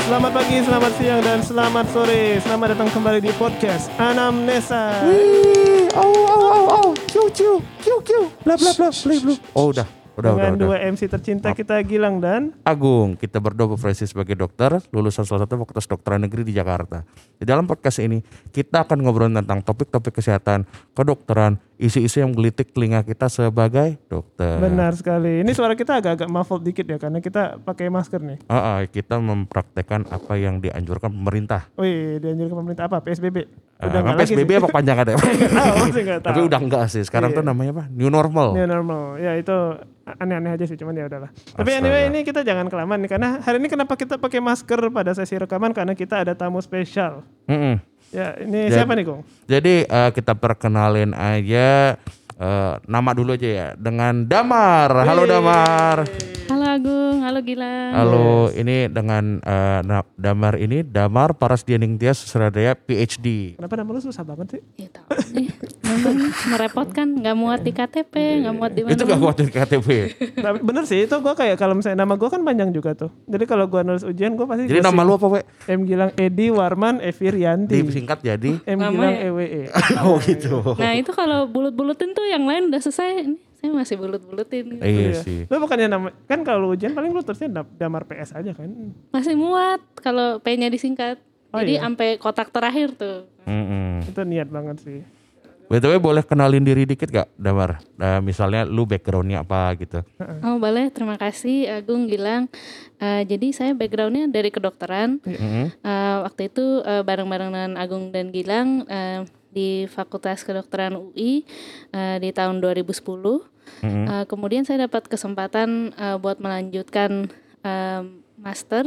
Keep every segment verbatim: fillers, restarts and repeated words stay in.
Selamat pagi, selamat siang, dan selamat sore. Selamat datang kembali di podcast Anamnesa. Wih, oh, oh, oh, oh, ciu, ciu, ciu, ciu, bla, bla, bla, bla, bla. Oh, udah, udah, Dengan udah, dua udah. M C tercinta kita, Gilang dan Agung, kita berdua berprofesi sebagai dokter, lulusan salah satu fakultas kedokteran negeri di Jakarta. Di dalam podcast ini, kita akan ngobrol tentang topik-topik kesehatan, kedokteran, isu-isu yang menggelitik telinga kita sebagai dokter. benar sekali. Ini suara kita agak-agak muffled dikit ya, karena kita pakai masker nih. Ah, ah, kita mempraktekkan apa yang dianjurkan pemerintah. Wih, dianjurkan pemerintah apa? P S B B? Uh, Udah nggak P S B B lagi apa panjangan ya? tahu, masih nggak tahu. Tapi udah enggak sih. Sekarang Iya. tuh namanya apa? New normal. New normal. Ya itu aneh-aneh aja sih, cuman ya udahlah. Tapi Astaga. anyway, ini kita jangan kelamaan nih, karena hari ini kenapa kita pakai masker pada sesi rekaman, karena kita ada tamu spesial. Mm-mm. Ya, ini Jadi- siapa nih, Kong? Jadi uh, kita perkenalin aja uh, nama dulu aja ya dengan Damar. Halo Wih. Damar. Halo Agung, halo Gilang. Halo, ini dengan uh, na- Damar ini Damar Parasdianing Tias Sutradara P H D. Kenapa nama lu susah banget sih? Ya tahu. Eh, memang merepotkan, nggak muat di K T P, nggak muat di mana. Itu gak kuat di K T P. Tapi bener sih, itu gue kayak kalau misalnya nama gue kan panjang juga tuh. Jadi kalau gue nulis ujian gue pasti Jadi gua nama sing- lu apa, We? M Gilang Edi Warman Evi Rianti. Disingkat jadi. M Nama Gilang ya? E W E. Oh gitu. Nah itu kalau bulut-bulutin tuh yang lain udah selesai. Ini saya masih bulut-bulutin. Iya sih. Lu bukannya nama kan kalau ujian paling lu tulisnya da- Damar P S aja kan. Masih muat kalau P-nya disingkat. Oh, Jadi iya. sampai kotak terakhir tuh. Mm-mm. Itu niat banget sih. B T W boleh kenalin diri dikit gak Damar? Nah, misalnya lu backgroundnya apa gitu. Oh boleh, terima kasih Agung Gilang. Eh, jadi saya backgroundnya dari kedokteran. Mm-mm. Eh, waktu itu eh, bareng-bareng dengan Agung dan Gilang eh, di Fakultas Kedokteran U I eh, di tahun dua ribu sepuluh. Mm-mm. Eh, kemudian saya dapat kesempatan eh, buat melanjutkan eh, master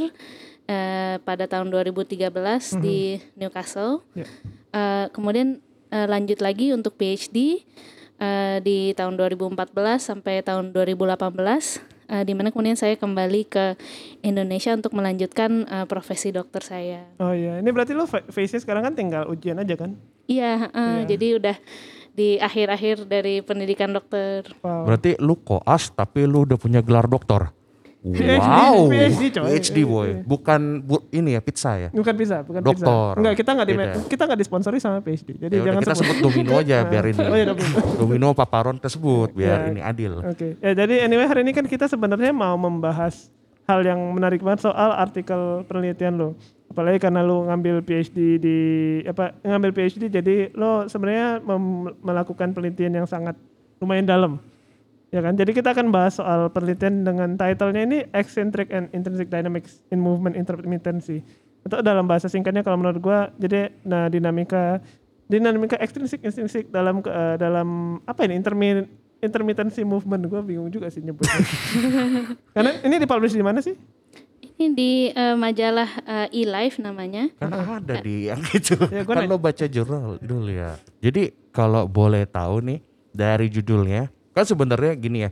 eh, pada tahun dua ribu tiga belas di Newcastle. Ya. Eh, kemudian eh, lanjut lagi untuk P H D eh, di tahun dua ribu empat belas sampai tahun dua ribu delapan belas. eh, di mana kemudian saya kembali ke Indonesia untuk melanjutkan eh, profesi dokter saya. Oh iya, ini berarti lu fa- face-nya sekarang kan tinggal ujian aja kan? Iya, eh, Iya. jadi udah di akhir-akhir dari pendidikan dokter. Wow. Berarti lu koas tapi lu udah punya gelar doktor. P H D, Wow. P H D, coy. P H D boy. Bukan bu, ini ya pizza ya. Bukan bisa, bukan Dokter. bisa. Enggak, kita enggak di Beda. kita enggak disponsori sama P H D. Jadi Ya udah, jangan kita sebut domino aja biar ini. Oh iya, domino. Domino paparon tersebut biar Ya. ini adil. Oke. Ya jadi anyway hari ini kan kita sebenarnya mau membahas hal yang menarik banget soal artikel penelitian lo. Apalagi karena lo ngambil P H D di apa ngambil P H D jadi lo sebenarnya mem- melakukan penelitian yang sangat lumayan dalam. Ya kan? Jadi kita akan bahas soal penelitian dengan title-nya ini Eccentric and Intrinsic Dynamics in Movement Intermittency. Itu dalam bahasa singkatnya kalau menurut gua jadi nah dinamika dinamika ekstrinsik intrinsik dalam ke- eh, dalam apa ini intermittent intermittency movement. Gua bingung juga sih nyebutnya. Karena ini dipublish di mana sih? Ini di eh, majalah eh, eLife namanya. Kan ada di yang itu. Ya, gua Kan nanya. lo baca jurnal dulu ya. Jadi kalau boleh tahu nih dari judulnya, kan sebenarnya gini ya.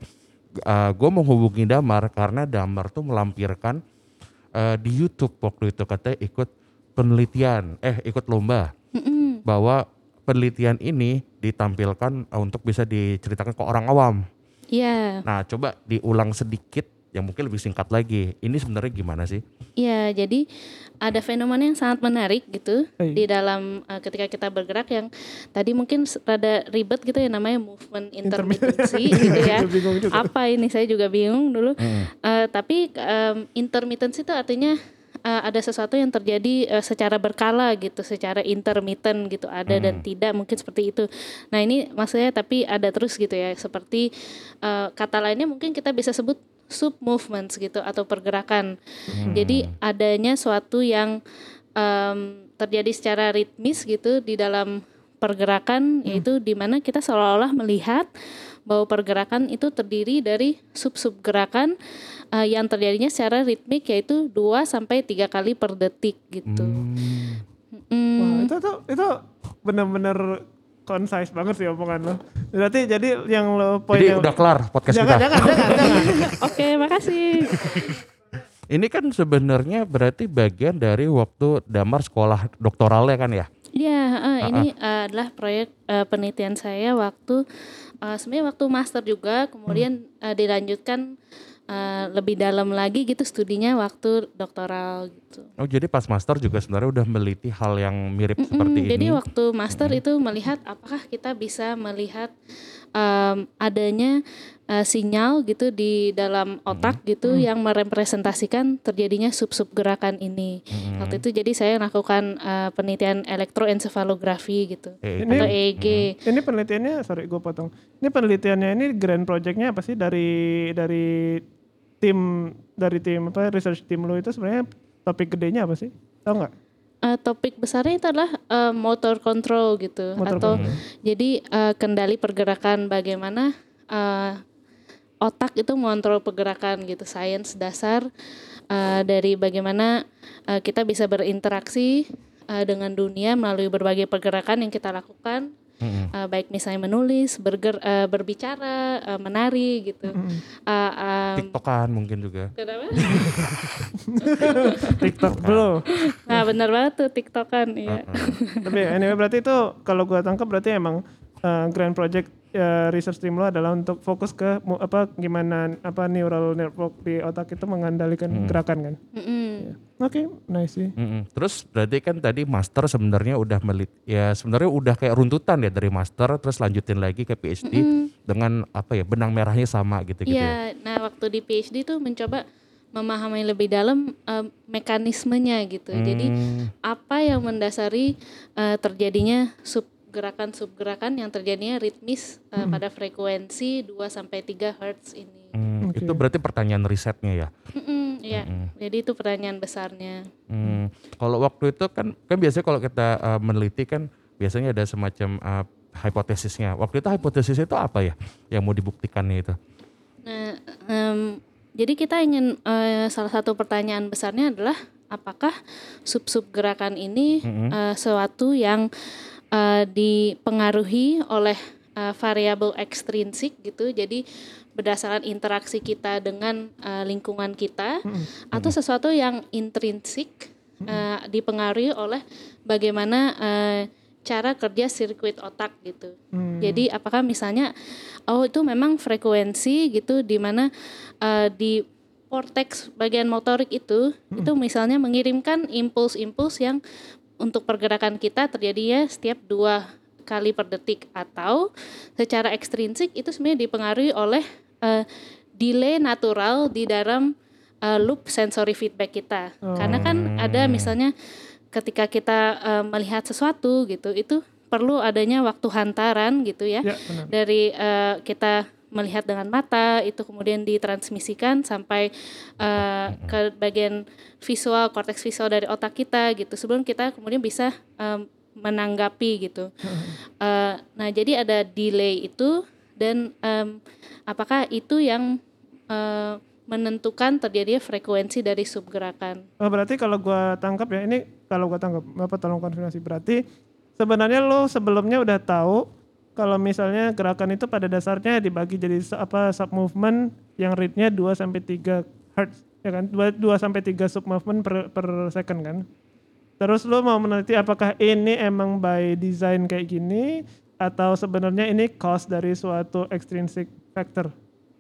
Gue mau hubungi Damar karena Damar tuh melampirkan eh, di YouTube waktu itu katanya ikut penelitian, eh ikut lomba Mm-mm. bahwa penelitian ini ditampilkan eh, untuk bisa diceritakan ke orang awam. Iya, Nah, coba diulang sedikit yang mungkin lebih singkat lagi. Ini sebenarnya gimana sih? iya. Jadi ada fenomena yang sangat menarik gitu Hey. di dalam eh, ketika kita bergerak yang tadi mungkin s- rada ribet gitu ya namanya movement intermittency gitu ya. Gua bingung juga. Apa ini saya juga bingung dulu. Hmm. Eh, tapi em, intermittency itu artinya eh, ada sesuatu yang terjadi eh, secara berkala gitu, secara intermittent gitu, ada dan tidak mungkin seperti itu. Nah ini maksudnya tapi ada terus gitu ya, seperti eh, kata lainnya mungkin kita bisa sebut sub movements gitu atau pergerakan. Jadi adanya suatu yang em, terjadi secara ritmis gitu di dalam pergerakan, yaitu di mana kita seolah-olah melihat bahwa pergerakan itu terdiri dari sub-sub gerakan uh, yang terjadinya secara ritmik yaitu dua sampai tiga kali per detik gitu. Hmm. Mm, Wah, itu tuh itu benar-benar concise banget sih omongan lo. Berarti jadi yang lo poin Jadi yang udah kelar podcast jangan, kita. jangan, jangan, jangan. Oke, makasih. Ini kan sebenarnya berarti bagian dari waktu Damar sekolah doktoralnya kan ya? Ya, uh, ini uh, adalah proyek uh, penelitian saya waktu uh, sebenarnya waktu master juga, kemudian uh, dilanjutkan uh, lebih dalam lagi gitu studinya waktu doktoral gitu. Oh jadi pas master juga sebenarnya udah meneliti hal yang mirip Mm-mm, seperti jadi ini. waktu master Mm-mm. itu melihat apakah kita bisa melihat um, adanya uh, sinyal gitu di dalam otak gitu Mm. yang merepresentasikan terjadinya sub-sub gerakan ini. Mm-mm. Waktu itu jadi saya lakukan uh, penelitian elektroensefalografi gitu E E G. atau Ini E E G. ini penelitiannya, sorry gue potong. Ini penelitiannya ini grand projectnya apa sih dari dari tim dari tim apa research team lo itu sebenarnya topik gedenya apa sih? Tahu nggak? Uh, topik besarnya itu adalah uh, motor control gitu Motor atau control. jadi uh, kendali pergerakan bagaimana uh, otak itu mengontrol pergerakan gitu, sains dasar uh, dari bagaimana uh, kita bisa berinteraksi uh, dengan dunia melalui berbagai pergerakan yang kita lakukan. Mm-mm. Uh, baik misalnya menulis, berger, uh, berbicara, uh, menari gitu. Mm-mm. Uh, um, TikTokan mungkin juga. kenapa? TikTok bro. Nah benar banget tuh TikTokan ya. Uh-uh. Tapi anyway berarti itu kalau gue tangkap berarti emang uh, grand project uh, research team lo adalah untuk fokus ke mu- apa gimana apa neural network di otak itu mengendalikan Hmm. gerakan kan. Mm-mm. Oke, nice sih. Mm-mm. Terus berarti kan tadi master sebenarnya udah melit ya sebenarnya udah kayak runtutan ya dari master terus lanjutin lagi ke PhD Mm-mm. dengan apa ya benang merahnya sama gitu-gitu ya. Iya, nah waktu di PhD tuh mencoba memahami lebih dalam eh, mekanismenya gitu. Jadi Hmm. apa yang mendasari eh, terjadinya subgerakan subgerakan yang terjadinya ritmis eh, pada frekuensi dua sampai tiga hertz ini. Hmm, Oke. Itu berarti pertanyaan risetnya ya. Mm-mm, iya. Mm-mm. Jadi itu pertanyaan besarnya. Hmm. Kalau waktu itu kan kan biasanya kalau kita uh, meneliti kan biasanya ada semacam uh, hipotesisnya. Waktu itu hipotesisnya itu apa ya yang mau dibuktikannya itu? Nah, em, jadi kita ingin eh, salah satu pertanyaan besarnya adalah apakah sub-sub gerakan ini Mm-mm. eh, sesuatu yang eh, dipengaruhi oleh eh, variabel ekstrinsik gitu. Jadi berdasarkan interaksi kita dengan eh, lingkungan kita atau sesuatu yang intrinsik eh, dipengaruhi oleh bagaimana eh, cara kerja sirkuit otak gitu. Hmm. Jadi apakah misalnya oh itu memang frekuensi gitu di mana uh, di korteks bagian motorik itu itu misalnya mengirimkan impuls-impuls yang untuk pergerakan kita terjadinya setiap dua kali per detik atau secara ekstrinsik itu sebenarnya dipengaruhi oleh uh, delay natural di dalam uh, loop sensory feedback kita. Karena kan ada misalnya ketika kita uh, melihat sesuatu gitu itu perlu adanya waktu hantaran gitu ya, Ya, benar. dari uh, kita melihat dengan mata itu kemudian ditransmisikan sampai uh, ke bagian visual korteks visual dari otak kita gitu sebelum kita kemudian bisa um, menanggapi gitu. Uh, nah jadi ada delay itu dan um, apakah itu yang uh, menentukan terjadinya frekuensi dari subgerakan. Oh, berarti kalau gua tangkap ya ini kalau gua tangkap apa tolong konfirmasi berarti sebenarnya lo sebelumnya udah tahu kalau misalnya gerakan itu pada dasarnya dibagi jadi se- apa sub movement yang rate-nya dua sampai tiga hertz ya kan dua sampai tiga sub movement per, per second kan. Terus lo mau meneliti apakah ini emang by design kayak gini atau sebenarnya ini cause dari suatu extrinsic factor.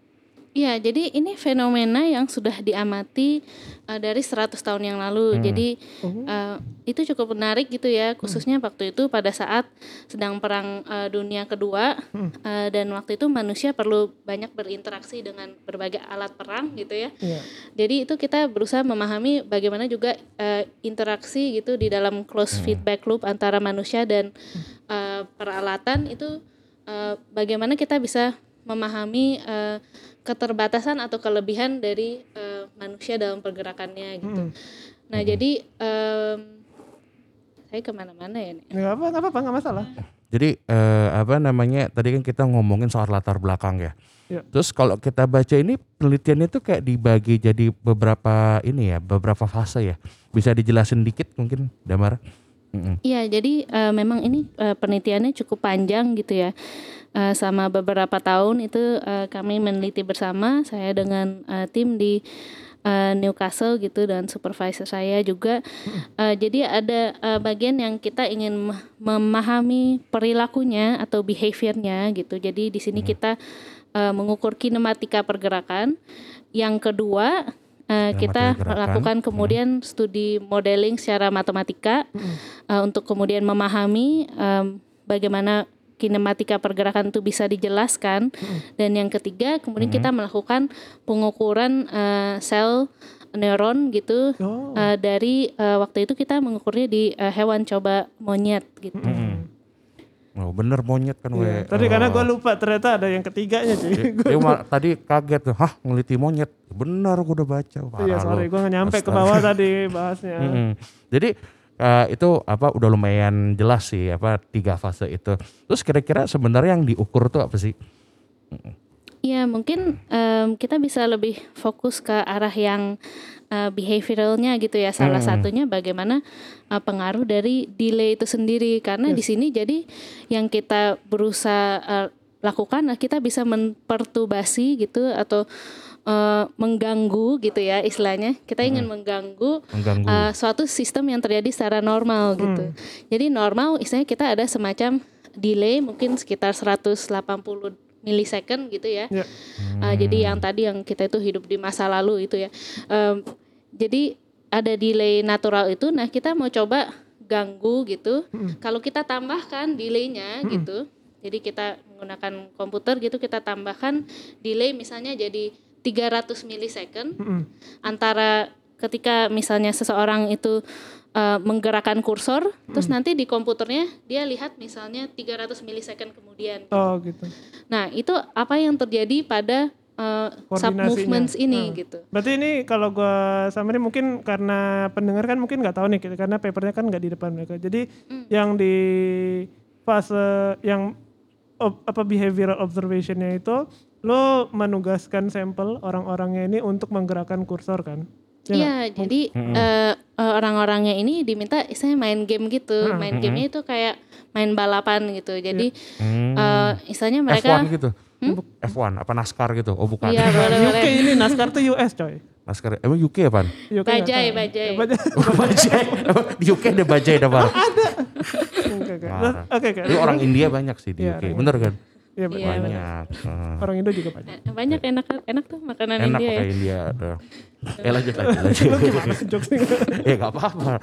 Iya, jadi ini fenomena yang sudah diamati uh, dari seratus tahun yang lalu. Hmm. Jadi uh, itu cukup menarik gitu ya, khususnya waktu itu pada saat sedang perang uh, dunia kedua uh, dan waktu itu manusia perlu banyak berinteraksi dengan berbagai alat perang gitu ya. Iya. Jadi itu kita berusaha memahami bagaimana juga uh, interaksi gitu di dalam close feedback loop antara manusia dan uh, peralatan itu uh, bagaimana kita bisa memahami uh, keterbatasan atau kelebihan dari uh, manusia dalam pergerakannya gitu. Hmm. Nah jadi um, saya kemana-mana ya nih. Nggak apa nggak apa nggak masalah. Jadi eh, apa namanya tadi kan kita ngomongin soal latar belakang ya. Ya. Terus kalau kita baca ini penelitiannya itu kayak dibagi jadi beberapa ini ya beberapa fase ya. Bisa dijelasin dikit mungkin Damar? Mm-mm. Iya, jadi uh, memang ini uh, penelitiannya cukup panjang gitu ya. Uh, sama beberapa tahun itu uh, kami meneliti bersama saya dengan uh, tim di uh, Newcastle gitu dan supervisor saya juga. Uh, jadi ada uh, bagian yang kita ingin mem- memahami perilakunya atau behaviornya gitu. Jadi di sini kita uh, mengukur kinematika pergerakan. Yang kedua uh, kita Kinematika gerakan. lakukan kemudian studi modeling secara matematika uh, untuk kemudian memahami um, bagaimana kinematika pergerakan itu bisa dijelaskan. Dan yang ketiga kemudian kita melakukan pengukuran uh, sel neuron gitu. Oh. uh, dari uh, waktu itu kita mengukurnya di uh, hewan coba monyet gitu. Hmm. Oh bener monyet kan Iya. we. Tadi Oh. karena gue lupa ternyata ada yang ketiganya cuy. Dia ma- tadi kaget tuh, hah ngeliti monyet. Bener gue udah baca. Parah Iya sorry lu. gue gak nyampe ke Astaga. bawah tadi bahasnya. Mm-mm. Jadi uh, itu apa udah lumayan jelas sih apa tiga fase itu. Terus kira-kira sebenarnya yang diukur tuh apa sih? Ya mungkin em, kita bisa lebih fokus ke arah yang uh, behavioralnya gitu ya. Salah Hmm. satunya bagaimana uh, pengaruh dari delay itu sendiri. Karena di sini jadi yang kita berusaha uh, lakukan, uh, kita bisa memperturbasi gitu atau uh, mengganggu gitu ya istilahnya. Kita ingin mengganggu Mengganggu. uh, suatu sistem yang terjadi secara normal gitu. Jadi normal istilahnya kita ada semacam delay mungkin sekitar seratus delapan puluh millisecond gitu ya. Ya. Uh, jadi yang tadi yang kita itu hidup di masa lalu itu ya. Um, jadi ada delay natural itu, nah kita mau coba ganggu gitu. Kalau kita tambahkan delaynya gitu, jadi kita menggunakan komputer gitu, kita tambahkan delay misalnya jadi tiga ratus millisecond Mm-mm. antara ketika misalnya seseorang itu uh, menggerakkan kursor, terus nanti di komputernya dia lihat misalnya tiga ratus millisecond kemudian. Oh gitu. Nah, itu apa yang terjadi pada uh, sub Koordinasinya. movements ini Hmm. gitu. Berarti ini kalau gue summary mungkin karena pendengar kan mungkin nggak tahu nih gitu, karena papernya kan nggak di depan mereka. Jadi yang di fase yang ob- apa behavioral observationnya itu lo menugaskan sampel orang-orangnya ini untuk menggerakkan kursor kan? Ya Iya, nggak? jadi uh, uh, orang-orangnya ini diminta istilahnya main game gitu. Hmm. Main gamenya itu kayak main balapan gitu. Jadi Hmm. uh, istilahnya F mereka satu gitu. F satu apa NASCAR gitu. Oh bukan. Iya, boleh U K boleh. ini NASCAR tuh U S coy. NASCAR emang U K apaan? U K nggak Bajai, tahu. bajai. Eh, Bajai. Oh, bajai. Emang di U K ada bajai ada bar. Oke oke. Marah. Oke oke. Tapi orang India banyak sih di Iya, U K. orang Bener kan? Iya Iya, benar. Banyak. Hmm. Orang Indo juga banyak. Eh, banyak enak enak tuh makanan Enak India ya. pakai India. Aduh. Eh lanjut lanjut lanjut. Lo gimana sih jokesnya? Eh gak apa-apa.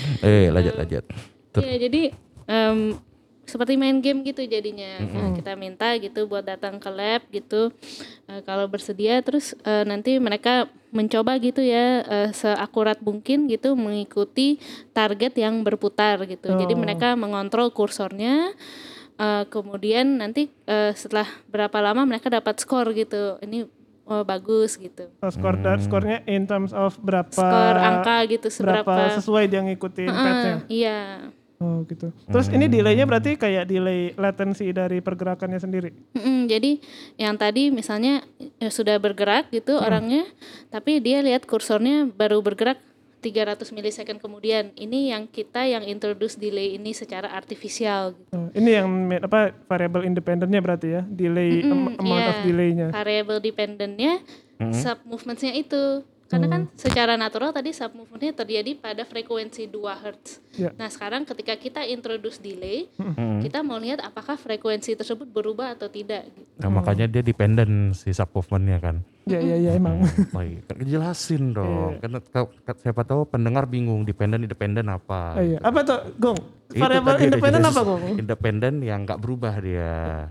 Eh lanjut lanjut. Ter- Iya, jadi em, seperti main game gitu jadinya. Nah, kita minta gitu buat datang ke lab gitu. Eh, kalau bersedia terus eh, nanti mereka mencoba gitu ya eh, seakurat mungkin gitu mengikuti target yang berputar gitu. Jadi Oh. mereka mengontrol kursornya. eh, kemudian nanti eh, setelah berapa lama mereka dapat skor gitu. Ini oh, bagus gitu. Oh, skor dan skornya in terms of berapa Skor angka gitu berapa seberapa. sesuai dia ngikutin patch-nya. Ah, iya. Oh gitu. Terus ini delaynya berarti kayak delay latency dari pergerakannya sendiri. Mm-mm, jadi yang tadi misalnya ya sudah bergerak gitu orangnya, tapi dia lihat kursornya baru bergerak tiga ratus millisecond kemudian. Ini yang kita yang introduce delay ini secara artifisial gitu. Oh, ini yang ma- apa variable independennya berarti ya, delay am- Mm, amount iya. of delaynya. Variable dependentnya sub movementsnya itu. Karena kan secara natural tadi sub movementnya terjadi pada frekuensi dua hertz. Ya. Nah sekarang ketika kita introduce delay, kita mau lihat apakah frekuensi tersebut berubah atau tidak. Gitu. Nah, makanya dia dependent si sub movementnya kan. Ya ya ya emang. Baik, kan jelasin dong. Karena ke- ke- siapa tahu pendengar bingung dependent independen apa. Oh, iya. Apa tuh, Gong? Itu Variable tadi udah independen jelas. apa, Gong? Independen yang nggak berubah dia.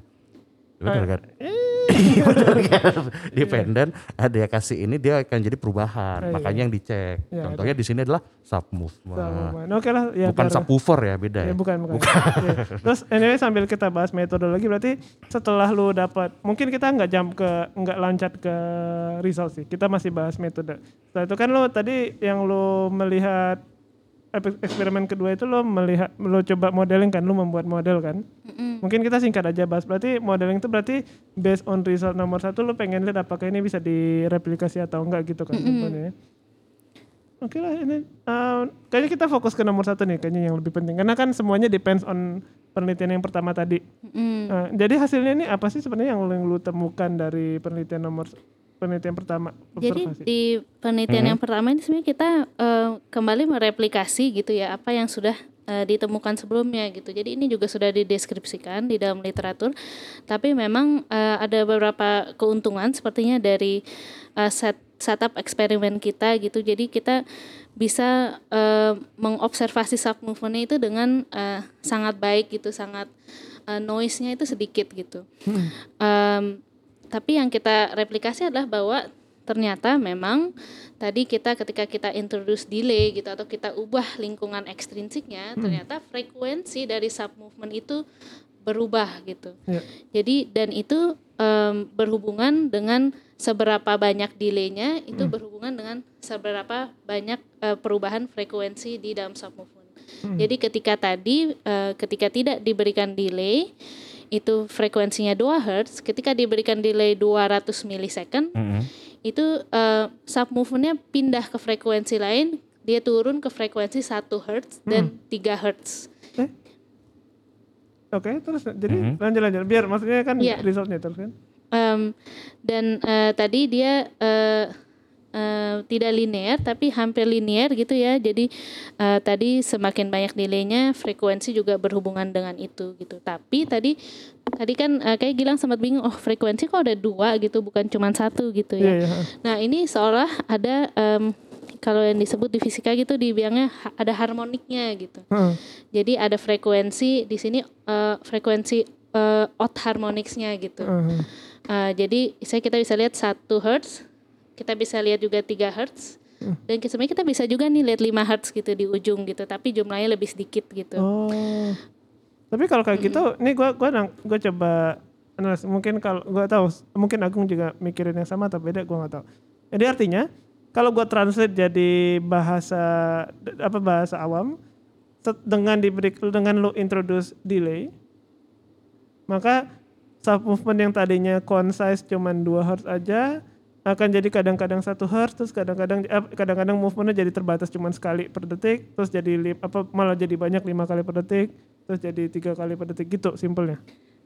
Betul kan? Eh. Betul kan? Dependen ada yang kasih ini dia akan jadi perubahan. Oh, iya. Makanya yang dicek. Iya, Contohnya di sini adalah sub movement. Sama. Oke lah ya. Bukan biar- subwoofer ya, beda ya. Ya, bukan, bukan. Oke. Terus anyway sambil kita bahas metodologi berarti setelah lu dapat, mungkin kita nggak jump ke nggak loncat ke result sih. Kita masih bahas metode. Setelah itu kan lu tadi yang lu melihat ep- eksperimen kedua itu lu melihat lu coba modeling kan, lu membuat model kan. Mungkin kita singkat aja bahas. Berarti modeling itu berarti based on result nomor satu lu pengen lihat apakah ini bisa direplikasi atau enggak gitu kan sebenarnya. Oke lah ini uh, kayaknya kita fokus ke nomor satu nih kayaknya yang lebih penting karena kan semuanya depends on penelitian yang pertama tadi. Mm. Uh, jadi hasilnya ini apa sih sebenarnya yang lu, yang lu temukan dari penelitian nomor penelitian pertama Jadi observasi? di penelitian yang pertama ini sebenarnya kita eh, kembali mereplikasi gitu ya apa yang sudah uh, ditemukan sebelumnya gitu. Jadi ini juga sudah dideskripsikan di dalam literatur. Tapi memang uh, ada beberapa keuntungan sepertinya dari uh, set setup eksperimen kita gitu. Jadi kita bisa uh, mengobservasi sub movement itu dengan uh, sangat baik gitu, sangat uh, noise-nya itu sedikit gitu. Hmm. Um, tapi yang kita replikasi adalah bahwa ternyata memang tadi kita ketika kita introduce delay gitu atau kita ubah lingkungan ekstrinsiknya, hmm. ternyata frekuensi dari sub movement itu berubah gitu. Yeah. Jadi dan itu um, berhubungan dengan seberapa banyak delay-nya itu hmm. berhubungan dengan seberapa banyak uh, perubahan frekuensi di dalam sub movement. Hmm. Jadi ketika tadi uh, ketika tidak diberikan delay itu frekuensinya dua hertz, ketika diberikan delay dua ratus milisecond hmm. itu uh, sub movement-nya pindah ke frekuensi lain, dia turun ke frekuensi satu hertz hmm. dan tiga hertz. Eh? Oke, okay, terus jadi hmm. lanjut-lanjut biar maksudnya kan yeah. resultnya terus kan. Um, dan uh, tadi dia uh, uh, tidak linear tapi hampir linear gitu ya. Jadi uh, tadi semakin banyak delaynya frekuensi juga berhubungan dengan itu gitu. Tapi tadi tadi kan uh, kayak Gilang sempat bingung, oh frekuensi kok ada dua gitu bukan cuma satu gitu ya. Yeah, yeah. Nah ini seolah ada um, kalau yang disebut di fisika gitu dibilangnya ada harmoniknya gitu. Hmm. Jadi ada frekuensi di sini uh, frekuensi uh, odd harmonicsnya gitu. Hmm. Uh, jadi saya kita bisa lihat satu hertz, kita bisa lihat juga tiga hertz, hmm. dan sebenarnya kita bisa juga nih lihat lima hertz gitu di ujung gitu, tapi jumlahnya lebih sedikit gitu. Oh. Tapi kalau kayak gitu, mm-hmm. nih gue gue gue coba analis, mungkin kalau gue tahu, mungkin Agung juga mikirin yang sama atau beda, gue nggak tahu. Jadi artinya kalau gue translate jadi bahasa apa bahasa awam, dengan diberi dengan lo introduce delay, maka sub movement yang tadinya concise cuman dua hertz aja akan jadi kadang-kadang satu hertz, terus kadang-kadang kadang-kadang movementnya jadi terbatas cuman sekali per detik, terus jadi li, apa malah jadi banyak lima kali per detik, terus jadi tiga kali per detik gitu simpelnya.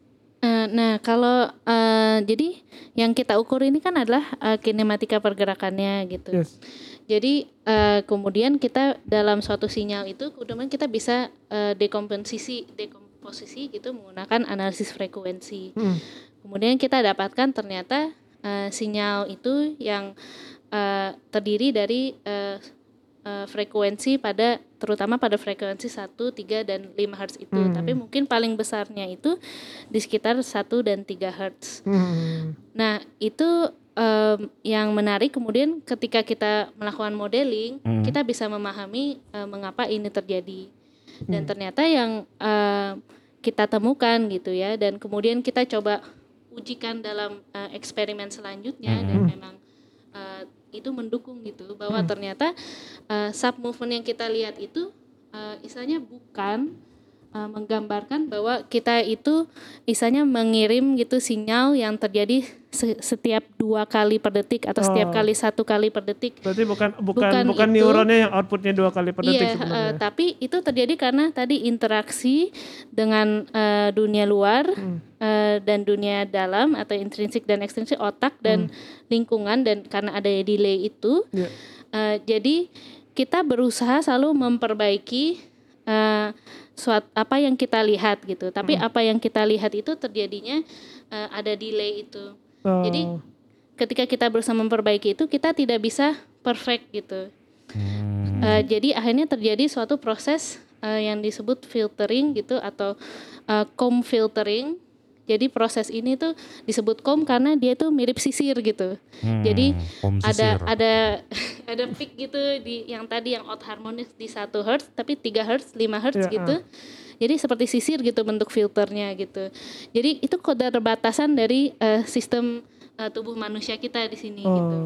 Uh, nah kalau uh, jadi yang kita ukur ini kan adalah uh, kinematika pergerakannya gitu. Yes. Jadi uh, kemudian kita dalam suatu sinyal itu kemudian kita bisa uh, dekomposisi dekom posisi gitu menggunakan analisis frekuensi. Hmm. Kemudian kita dapatkan ternyata uh, sinyal itu yang uh, terdiri dari uh, uh, frekuensi pada terutama pada frekuensi satu, tiga dan lima hertz itu. Hmm. Tapi mungkin paling besarnya itu di sekitar satu dan tiga hertz. Hmm. Nah, itu um, yang menarik kemudian ketika kita melakukan modeling, hmm. kita bisa memahami uh, mengapa ini terjadi. Dan ternyata yang uh, kita temukan gitu ya, dan kemudian kita coba ujikan dalam uh, eksperimen selanjutnya mm-hmm. dan memang uh, itu mendukung gitu bahwa mm. ternyata uh, sub movement yang kita lihat itu uh, istilahnya bukan uh, menggambarkan bahwa kita itu istilahnya mengirim gitu sinyal yang terjadi setiap dua kali per detik atau setiap oh. kali satu kali per detik. Berarti bukan bukan bukan, bukan itu, neuronnya yang outputnya dua kali per detik iya, sebenarnya. Uh, tapi itu terjadi karena tadi interaksi dengan uh, dunia luar hmm. uh, dan dunia dalam atau intrinsik dan ekstrinsik otak dan hmm. lingkungan dan karena ada delay itu. Yeah. Uh, jadi kita berusaha selalu memperbaiki uh, suat, apa yang kita lihat gitu. Tapi hmm. apa yang kita lihat itu terjadinya uh, ada delay itu. Oh. Jadi ketika kita berusaha memperbaiki itu kita tidak bisa perfect gitu. Hmm. Uh, jadi akhirnya terjadi suatu proses uh, yang disebut filtering gitu atau uh, comb filtering. Jadi proses ini tuh disebut comb karena dia tuh mirip sisir gitu. Hmm, jadi ada ada ada peak gitu di yang tadi yang odd harmonics di satu hertz tapi tiga hertz, lima hertz yeah, gitu. Uh. Jadi seperti sisir gitu bentuk filternya gitu. Jadi itu keterbatasan dari uh, sistem uh, tubuh manusia kita di sini oh, gitu.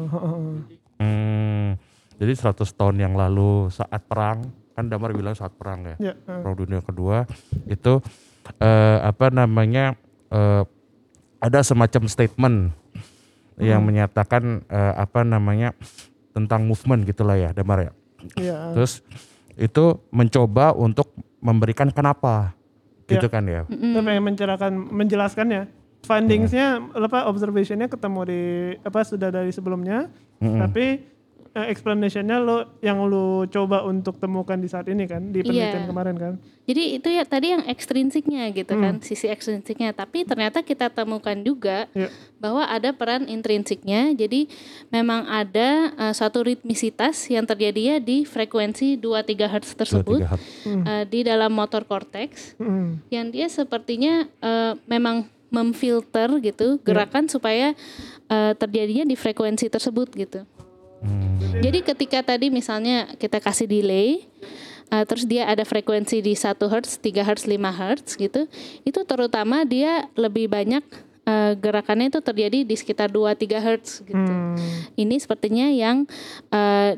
Hmm, jadi seratus tahun yang lalu saat perang, kan Damar bilang saat perang ya. Yeah, uh. Perang Dunia Kedua itu uh, apa namanya uh, ada semacam statement hmm. yang menyatakan uh, apa namanya tentang movement gitulah ya, Damar ya. Yeah. Terus itu mencoba untuk memberikan kenapa gitu ya. Kan ya. Itu pengen mencerahkan menjelaskannya. Findingsnya hmm. apa observationnya ketemu di apa sudah dari sebelumnya, hmm. tapi uh, explanation-nya lo yang lo coba untuk temukan di saat ini kan di penelitian Iya. kemarin kan. Jadi itu ya tadi yang ekstrinsiknya gitu Hmm. kan, sisi ekstrinsiknya. Tapi ternyata kita temukan juga Iya. bahwa ada peran intrinsiknya. Jadi memang ada uh, suatu ritmisitas yang terjadi ya di frekuensi dua puluh tiga hertz tersebut dua puluh tiga hertz. uh, di dalam motor cortex, Hmm. yang dia sepertinya uh, memang memfilter gitu gerakan supaya uh, terjadinya di frekuensi tersebut gitu. Hmm. Jadi ketika tadi misalnya kita kasih delay, uh, terus dia ada frekuensi di satu hertz, tiga hertz, lima hertz gitu, itu terutama dia lebih banyak uh, gerakannya itu terjadi di sekitar dua tiga hertz gitu. Hmm. Ini sepertinya yang uh,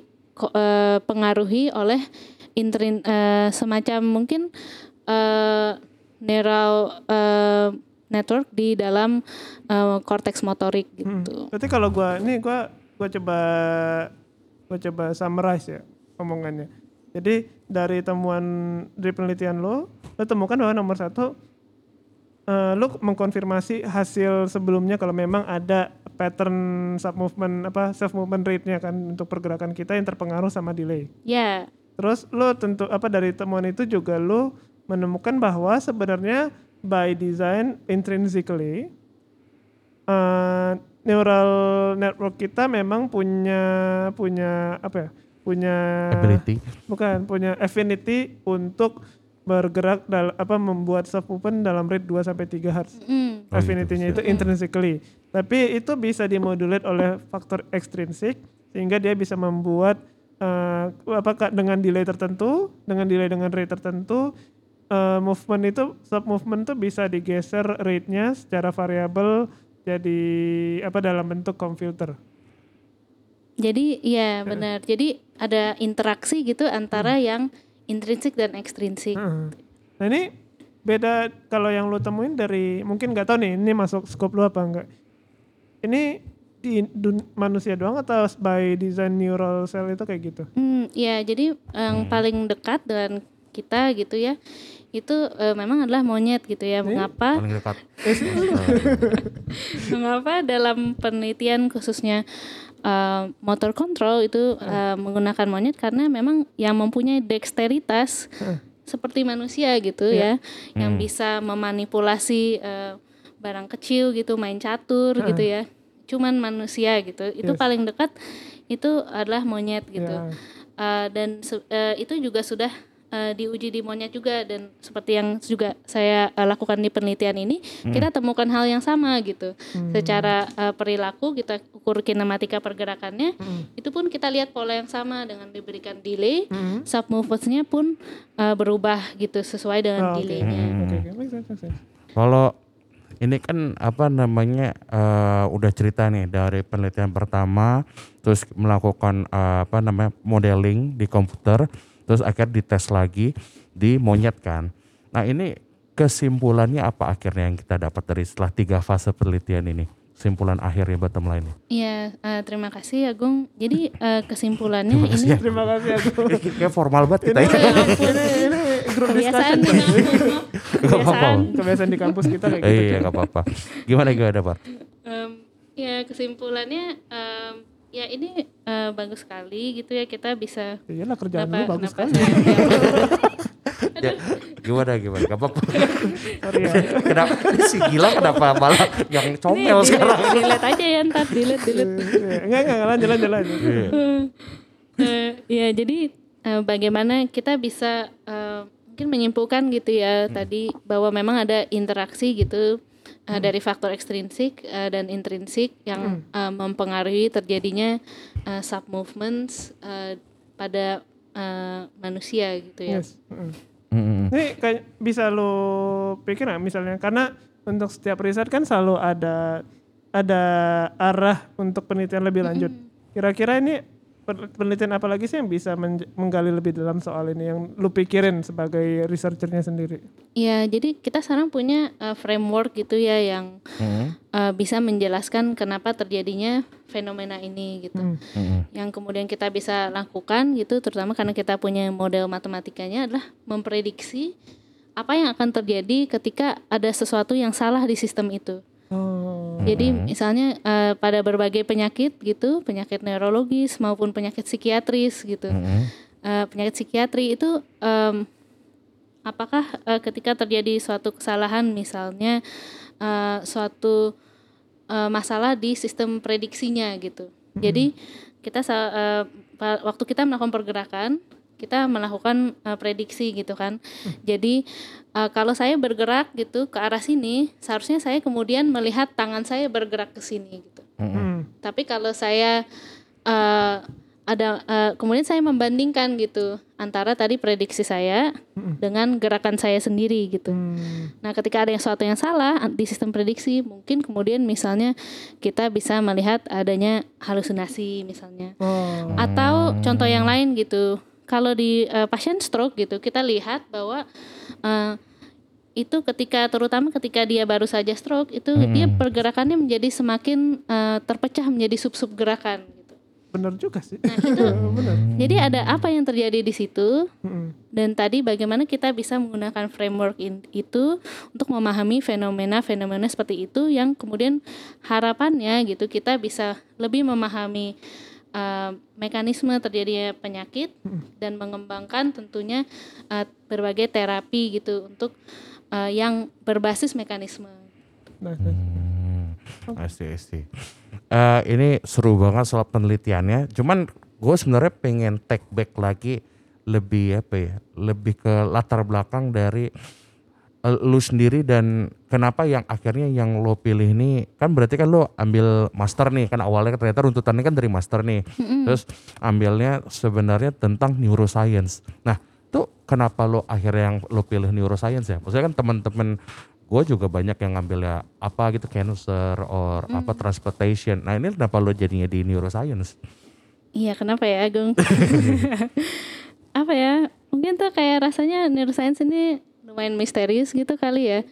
dipengaruhi oleh intrin, uh, semacam mungkin uh, neural uh, network di dalam uh, korteks motorik gitu. Berarti kalau gua ini gua gua coba gua coba summarize ya omongannya. Jadi dari temuan dari penelitian lo, lo temukan bahwa nomor satu uh, lo mengkonfirmasi hasil sebelumnya kalau memang ada pattern sub movement apa self movement rate-nya kan untuk pergerakan kita yang terpengaruh sama delay. Ya, Terus lo tentu apa dari temuan itu juga lo menemukan bahwa sebenarnya by design intrinsically uh, neural network kita memang punya punya apa ya? Punya Ability. bukan punya affinity untuk bergerak dalam apa membuat self movement dalam rate dua sampai tiga hertz. mm, Oh, Affinity-nya gitu itu intrinsically. Tapi itu bisa dimodulate oleh faktor ekstrinsik sehingga dia bisa membuat uh, apa dengan delay tertentu, dengan delay dengan rate tertentu uh, movement itu sub movement tuh bisa digeser rate-nya secara variabel jadi apa dalam bentuk computer. jadi ya benar. Jadi ada interaksi gitu antara yang intrinsik dan ekstrinsik. Heeh. Nah ini beda kalau yang lu temuin dari mungkin nggak tahu nih ini masuk scope lu apa enggak. Ini di dun- manusia doang atau by design neural cell itu kayak gitu? Hmm, ya jadi yang paling dekat dengan kita gitu ya, itu eh, memang adalah monyet gitu ya. Mengapa? Paling dekat. Mengapa dalam penelitian khususnya uh, motor control itu uh, menggunakan monyet karena memang yang mempunyai dexteritas seperti manusia gitu ya, yang bisa memanipulasi uh, barang kecil gitu, main catur gitu ya. Cuman manusia gitu. Itu Yes. paling dekat itu adalah monyet gitu. Ya. Uh, dan su- uh, itu juga sudah uh, diuji di monyet juga, dan seperti yang juga saya uh, lakukan di penelitian ini, kita temukan hal yang sama gitu. Secara uh, perilaku kita ukur kinematika pergerakannya, itu pun kita lihat pola yang sama dengan diberikan delay, sub movements-nya pun uh, berubah gitu sesuai dengan Oh, oke. delaynya. Oke, oke. Make sense, make sense. Kalau ini kan apa namanya eh, udah cerita nih dari penelitian pertama, terus melakukan eh, apa namanya modeling di komputer, terus akhirnya dites lagi di monyet kan. Nah ini kesimpulannya apa akhirnya yang kita dapat dari setelah tiga fase penelitian ini? Kesimpulan akhirnya bottom line. Iya, uh, terima kasih Agung. Jadi uh, kesimpulannya Terima kasih ini ya. Terima kasih aku. Kayak formal banget kita ya. ini ini grup kebiasaan discussion. kebiasaan. Kebiasaan di kampus kita kayak gitu. Eh, iya nggak apa-apa. Gimana gimana Pak? Um, ya kesimpulannya um, ya ini uh, bagus sekali gitu ya, kita bisa Iyalah kerjaan kenapa- lu bagus kenapa sekali. saya- Ya, gimana gimana? Gak apa-apa. Sorry ya. Kenapa si gila kenapa malah yang Ini comel delete- sekarang? delete aja ya ntar delete delete. Iya, Enggak enggak lanjut lanjut lanjut. Iya. Eh, ya jadi eh, bagaimana kita bisa eh, mungkin menyimpulkan gitu ya tadi bahwa memang ada interaksi gitu eh, dari faktor ekstrinsik eh, dan intrinsik yang eh, mempengaruhi terjadinya eh, sub movements eh, pada eh, manusia gitu ya. Yes. Mm. Mm-mm. Ini kayak bisa lo pikir nggak misalnya karena untuk setiap riset kan selalu ada ada arah untuk penelitian lebih lanjut. Kira-kira ini pen- penelitian apa lagi sih yang bisa menj- menggali lebih dalam soal ini yang lu pikirin sebagai researchernya sendiri? Ya jadi kita sekarang punya eh, framework gitu ya yang Mm-mm. eh, bisa menjelaskan kenapa terjadinya fenomena ini gitu. Hmm. Mm-mm. Yang kemudian kita bisa lakukan gitu, terutama karena kita punya model matematikanya, adalah memprediksi apa yang akan terjadi ketika ada sesuatu yang salah di sistem itu. Oh. Jadi misalnya uh, pada berbagai penyakit gitu, penyakit neurologis maupun penyakit psikiatris gitu. Mm-hmm. Uh, penyakit psikiatri itu um, apakah uh, ketika terjadi suatu kesalahan misalnya uh, suatu uh, masalah di sistem prediksinya gitu. Mm-hmm. Jadi kita uh, waktu kita melakukan pergerakan, kita melakukan uh, prediksi gitu kan. Hmm. Jadi uh, kalau saya bergerak gitu ke arah sini, seharusnya saya kemudian melihat tangan saya bergerak ke sini gitu. Hmm. Tapi kalau saya uh, ada uh, kemudian saya membandingkan gitu antara tadi prediksi saya hmm. dengan gerakan saya sendiri gitu. Hmm. Nah, ketika ada yang sesuatu yang salah di sistem prediksi, mungkin kemudian misalnya kita bisa melihat adanya halusinasi misalnya. Oh. Atau contoh yang lain gitu. Kalau di uh, pasien stroke gitu, kita lihat bahwa uh, itu ketika terutama ketika dia baru saja stroke itu hmm. dia pergerakannya menjadi semakin uh, terpecah menjadi sub-sub gerakan. Gitu. Benar juga sih. Nah itu, jadi ada apa yang terjadi di situ hmm. dan tadi bagaimana kita bisa menggunakan framework in, itu untuk memahami fenomena-fenomena seperti itu yang kemudian harapannya gitu kita bisa lebih memahami Uh, mekanisme terjadinya penyakit hmm. dan mengembangkan tentunya uh, berbagai terapi gitu untuk uh, yang berbasis mekanisme. Hmm, I see. Uh, ini seru banget soal penelitiannya. Cuman gue sebenarnya pengen take back lagi lebih apa ya, lebih ke latar belakang dari lu sendiri dan kenapa yang akhirnya yang lo pilih ini kan berarti kan lo ambil master nih kan awalnya ternyata runtutannya kan dari master nih mm-hmm. terus ambilnya sebenarnya tentang neuroscience. Nah tuh kenapa lo akhirnya yang lo pilih neuroscience ya? Maksudnya kan teman-teman gue juga banyak yang ngambilnya apa gitu cancer or mm. apa transportation. Nah ini kenapa lo jadinya di neuroscience? Iya kenapa ya Agung? Apa ya mungkin tuh kayak rasanya neuroscience ini lumayan misterius gitu kali ya.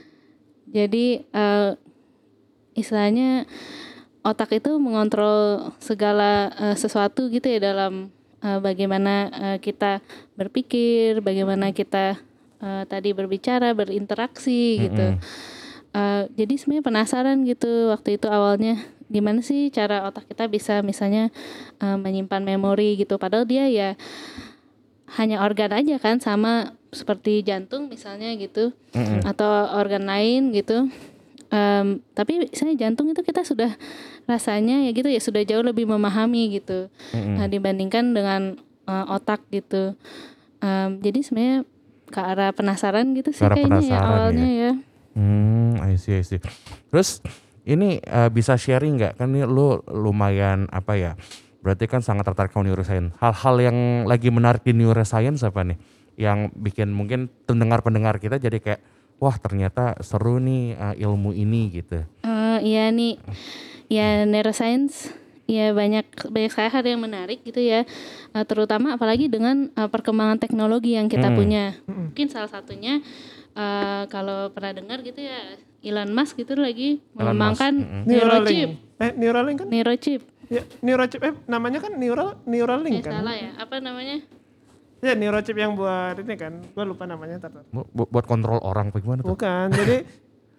Jadi uh, istilahnya otak itu mengontrol segala uh, sesuatu gitu ya dalam uh, bagaimana uh, kita berpikir, bagaimana kita uh, tadi berbicara, berinteraksi gitu. Mm-hmm. Uh, jadi sebenarnya penasaran gitu waktu itu awalnya gimana sih cara otak kita bisa misalnya uh, menyimpan memori gitu. Padahal dia ya hanya organ aja kan sama seperti jantung misalnya gitu mm-hmm. atau organ lain gitu um, tapi misalnya jantung itu kita sudah rasanya ya gitu ya sudah jauh lebih memahami gitu mm-hmm. nah, dibandingkan dengan uh, otak gitu um, jadi sebenarnya ke arah penasaran gitu sih kayaknya ya awalnya ya, ya. Hmm, I see, I see. Terus ini uh, bisa sharing nggak kan ini lu lumayan apa ya berarti kan sangat tertarik sama neuroscience. Hal-hal yang lagi menarik di neuroscience apa nih? Yang bikin mungkin pendengar-pendengar kita jadi kayak, wah ternyata seru nih uh, ilmu ini gitu. Uh, iya nih, ya neuroscience, ya banyak banyak sekali hal yang menarik gitu ya. Uh, terutama apalagi dengan uh, perkembangan teknologi yang kita hmm. punya. Mungkin salah satunya uh, kalau pernah dengar gitu ya, Elon Musk gitu lagi mengembangkan mm-hmm. neurochip. Eh Neuralink kan? Neurochip. Ya, neurochip eh namanya kan neural Neuralink ya, kan? Salah ya, apa namanya? Ya neurochip yang buat ini kan, gue lupa namanya tadi. Bu, buat kontrol orang bagaimana tuh? Bukan, jadi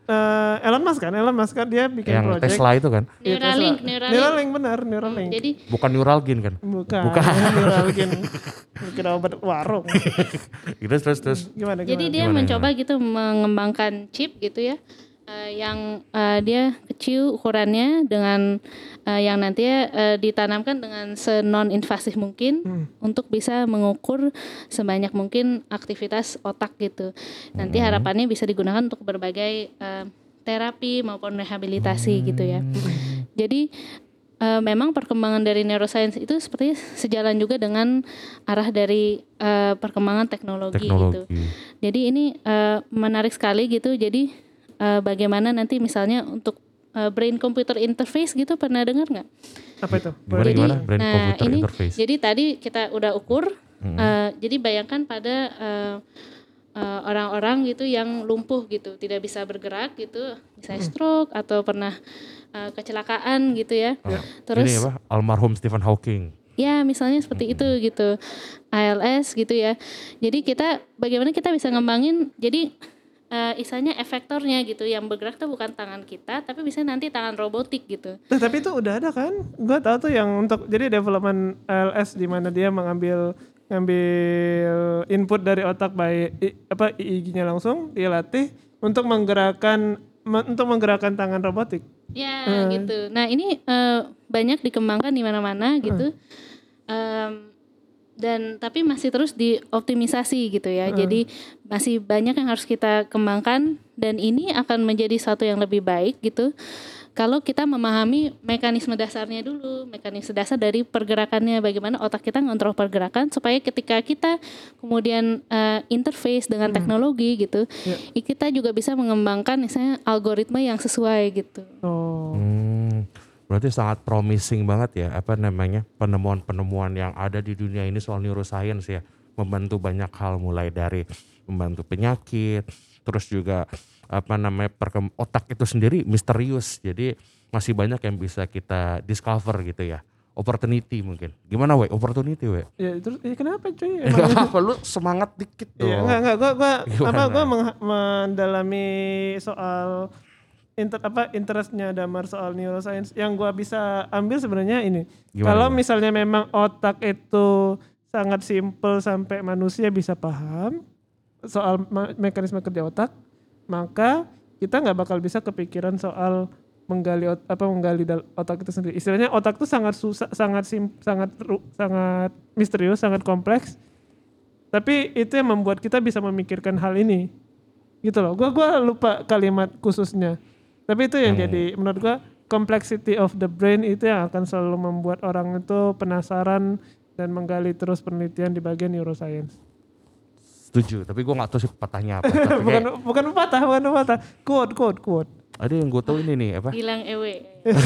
uh, Elon Musk kan, Elon Musk kan dia bikin yang project. Tesla itu kan? Neuralink, Neuralink. Neuralink benar, Neuralink. Hmm, jadi bukan Neuralgin kan? Bukan. Bukan. Neuralgin. Kira obat warung. terus terus terus. Gimana, gimana? Jadi dia gimana, mencoba gimana? gitu mengembangkan chip gitu ya. Uh, yang uh, dia kecil ukurannya dengan uh, yang nantinya uh, ditanamkan dengan se-non invasif mungkin hmm. untuk bisa mengukur sebanyak mungkin aktivitas otak gitu. Nanti hmm. harapannya bisa digunakan untuk berbagai uh, terapi maupun rehabilitasi hmm. gitu ya. Jadi uh, memang perkembangan dari neuroscience itu sepertinya sejalan juga dengan arah dari uh, perkembangan teknologi, teknologi. gitu. Jadi ini uh, menarik sekali gitu. Jadi Uh, bagaimana nanti misalnya untuk uh, brain computer interface gitu pernah dengar nggak? Apa itu? Gimana, jadi, gimana? Brain nah, computer ini, interface. Jadi tadi kita udah ukur. Mm-hmm. Uh, jadi bayangkan pada uh, uh, orang-orang gitu yang lumpuh gitu, tidak bisa bergerak gitu, misalnya mm. stroke atau pernah uh, kecelakaan gitu ya. Oh. Terus ini apa? Almarhum Stephen Hawking. Ya misalnya seperti mm-hmm. itu gitu, A L S gitu ya. Jadi kita bagaimana kita bisa ngembangin jadi uh, istilahnya efektornya gitu, yang bergerak tuh bukan tangan kita tapi bisa nanti tangan robotik gitu. Nah, tapi itu udah ada kan? Gua tahu tuh yang untuk jadi development A L S di mana dia mengambil ngambil input dari otak by i, apa E E G-nya langsung dia latih untuk menggerakkan me, untuk menggerakkan tangan robotik. Ya Hmm. gitu. Nah ini uh, banyak dikembangkan di mana-mana gitu. Um, dan tapi masih terus dioptimisasi gitu ya. Hmm. Jadi masih banyak yang harus kita kembangkan dan ini akan menjadi satu yang lebih baik gitu. Kalau kita memahami mekanisme dasarnya dulu, mekanisme dasar dari pergerakannya, bagaimana otak kita ngontrol pergerakan supaya ketika kita kemudian uh, interface dengan Hmm. teknologi gitu, Ya. kita juga bisa mengembangkan misalnya algoritma yang sesuai gitu. Oh. Hmm, berarti sangat promising banget ya apa namanya penemuan-penemuan yang ada di dunia ini soal neuroscience ya, membantu banyak hal mulai dari membantu penyakit, terus juga apa namanya perkem- otak itu sendiri misterius, jadi masih banyak yang bisa kita discover gitu ya. Opportunity mungkin. Gimana we? Opportunity we? Ya terus ya kenapa cuy? Enggak apa, lu semangat dikit dong. Iya, enggak enggak gua gua Gimana? apa gua meng- mendalami soal inter apa interestnya Damar soal neuroscience yang gua bisa ambil sebenarnya ini. Gimana, Kalau gimana? misalnya memang otak itu sangat simpel sampai manusia bisa paham soal ma- mekanisme kerja otak, maka kita nggak bakal bisa kepikiran soal menggali ot- apa menggali dal- otak itu sendiri. Istilahnya otak itu sangat susah, sangat sim, sangat ru- sangat misterius, sangat kompleks. Tapi itu yang membuat kita bisa memikirkan hal ini. Gitu loh. Gua gua lupa kalimat khususnya. Tapi itu yang Hmm. jadi menurut gua complexity of the brain itu yang akan selalu membuat orang itu penasaran dan menggali terus penelitian di bagian neuroscience. Setuju, tapi gue gak tahu sih patahnya apa. Tapi bukan kayak, bukan pepatah, bukan pepatah. Quote, quote, quote. ada yang gue tahu ini nih apa? Bilang ewe.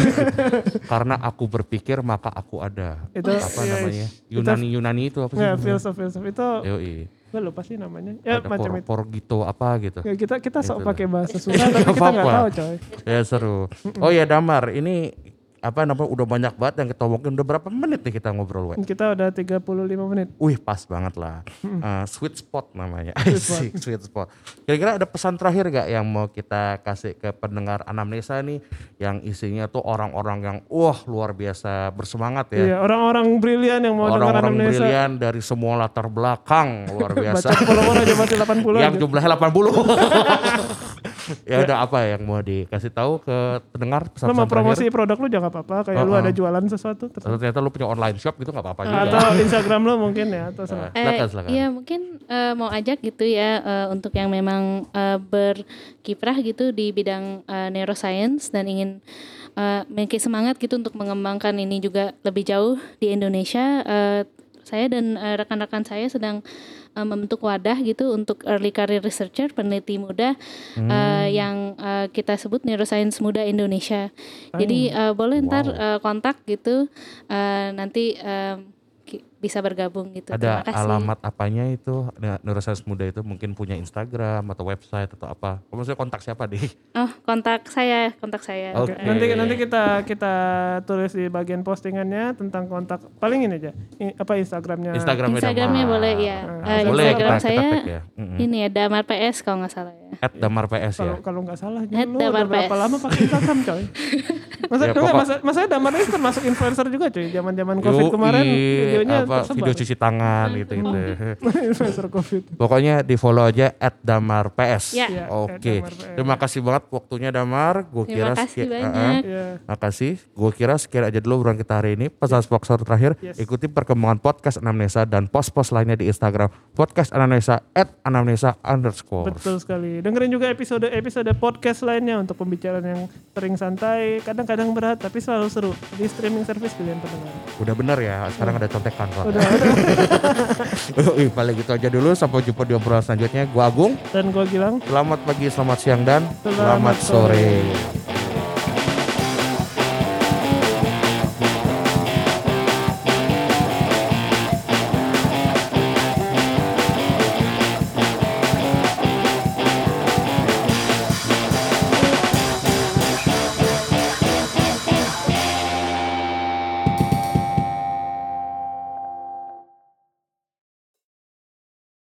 Karena aku berpikir maka aku ada. Itu Apa iya, namanya? itu- Yunani Yunani itu apa sih? Nggak, namanya? filsuf, filsuf itu Yoi. gue lupa sih namanya. Ya Ada macam por, itu. porgito apa gitu. Ya, kita kita sok Itu pakai lah. bahasa susah tapi kita nggak Apa-apa. tahu coy. Ya seru. Oh ya Damar, ini apa namanya udah banyak banget yang kita omongin. Udah berapa menit nih kita ngobrol, we? Kita udah tiga puluh lima menit. Wih pas banget lah. Eh, sweet spot namanya. Asik, sweet spot. Kira-kira ada pesan terakhir gak yang mau kita kasih ke pendengar Anamnesa nih, yang isinya tuh orang-orang yang wah luar biasa bersemangat ya. Iya, orang-orang brilian yang mau dengar Orang-orang anamnesa. brilian dari semua latar belakang luar biasa. Baca follower aja masih delapan puluh Yang aja. jumlahnya delapan puluh. Ya udah apa yang mau dikasih tahu ke pendengar Lu pesan-pesan mau promosi terakhir? produk lu jangan apa-apa, kayak lu Uh-uh. ada jualan sesuatu terus. Atau ternyata lu punya online shop gitu gak apa-apa juga. Atau Instagram lu mungkin ya atau sama. Eh, silakan, silakan. Iya mungkin eh, mau ajak gitu ya eh, untuk yang memang eh, berkiprah gitu di bidang eh, neuroscience dan ingin eh, memiliki semangat gitu untuk mengembangkan ini juga lebih jauh di Indonesia. Eh, saya dan eh, rekan-rekan saya sedang eh, membentuk wadah gitu untuk early career researcher, peneliti muda eh, yang eh, kita sebut Neuroscience Muda Indonesia. Jadi eh, boleh ntar Wow. eh, kontak gitu eh, nanti eh, ki- bisa bergabung gitu. Ada Terima kasih. alamat apanya itu? Nah, Neuroscience Muda itu mungkin punya Instagram atau website atau apa? Maksudnya kontak siapa deh? Oh, kontak saya, kontak saya. Oke. Oke, nanti nanti kita kita tulis di bagian postingannya tentang kontak paling ini aja. I- apa Instagramnya? Instagramnya Instagramnya Damar. boleh ya. Ah, Eh, boleh Instagram kita, saya kita tag ya. Mm-mm. ini ya Damar P S kalau nggak salah ya. At Damar P S ya. Kalau kalau nggak salah At lu udah Damar berapa P S. lama pakai Instagram coy? Masa Ya, enggak, pokok- masa masa Damar itu termasuk influencer juga coy. Zaman-zaman Covid Yoi, kemarin videonya apa, tersebar. video cuci tangan gitu gitu. influencer Covid. Pokoknya di follow aja at Damar P S. Ya. Iya, Oke. at Damar P S. Terima kasih banget waktunya Damar. Gue kira Terima kasih seki- banyak. uh-uh. Iya. Makasih. Gue kira sekian aja dulu obrolan kita hari ini. Pesan sponsor terakhir, Yes. ikuti perkembangan podcast Anamnesa dan post-post lainnya di Instagram podcast Anamnesa at Anamnesa underscore. Betul sekali. Dengerin juga episode-episode podcast lainnya untuk pembicaraan yang sering santai, kadang-kadang berat tapi selalu seru di streaming service pilihan pendengar. Udah bener ya. Sekarang ada contekan kok. Udah, udah. Ih, paling gitu aja dulu. Sampai jumpa di obrolan selanjutnya. Gue Agung. Dan gua Gilang. Selamat pagi, selamat siang, dan Selamat selamat sore.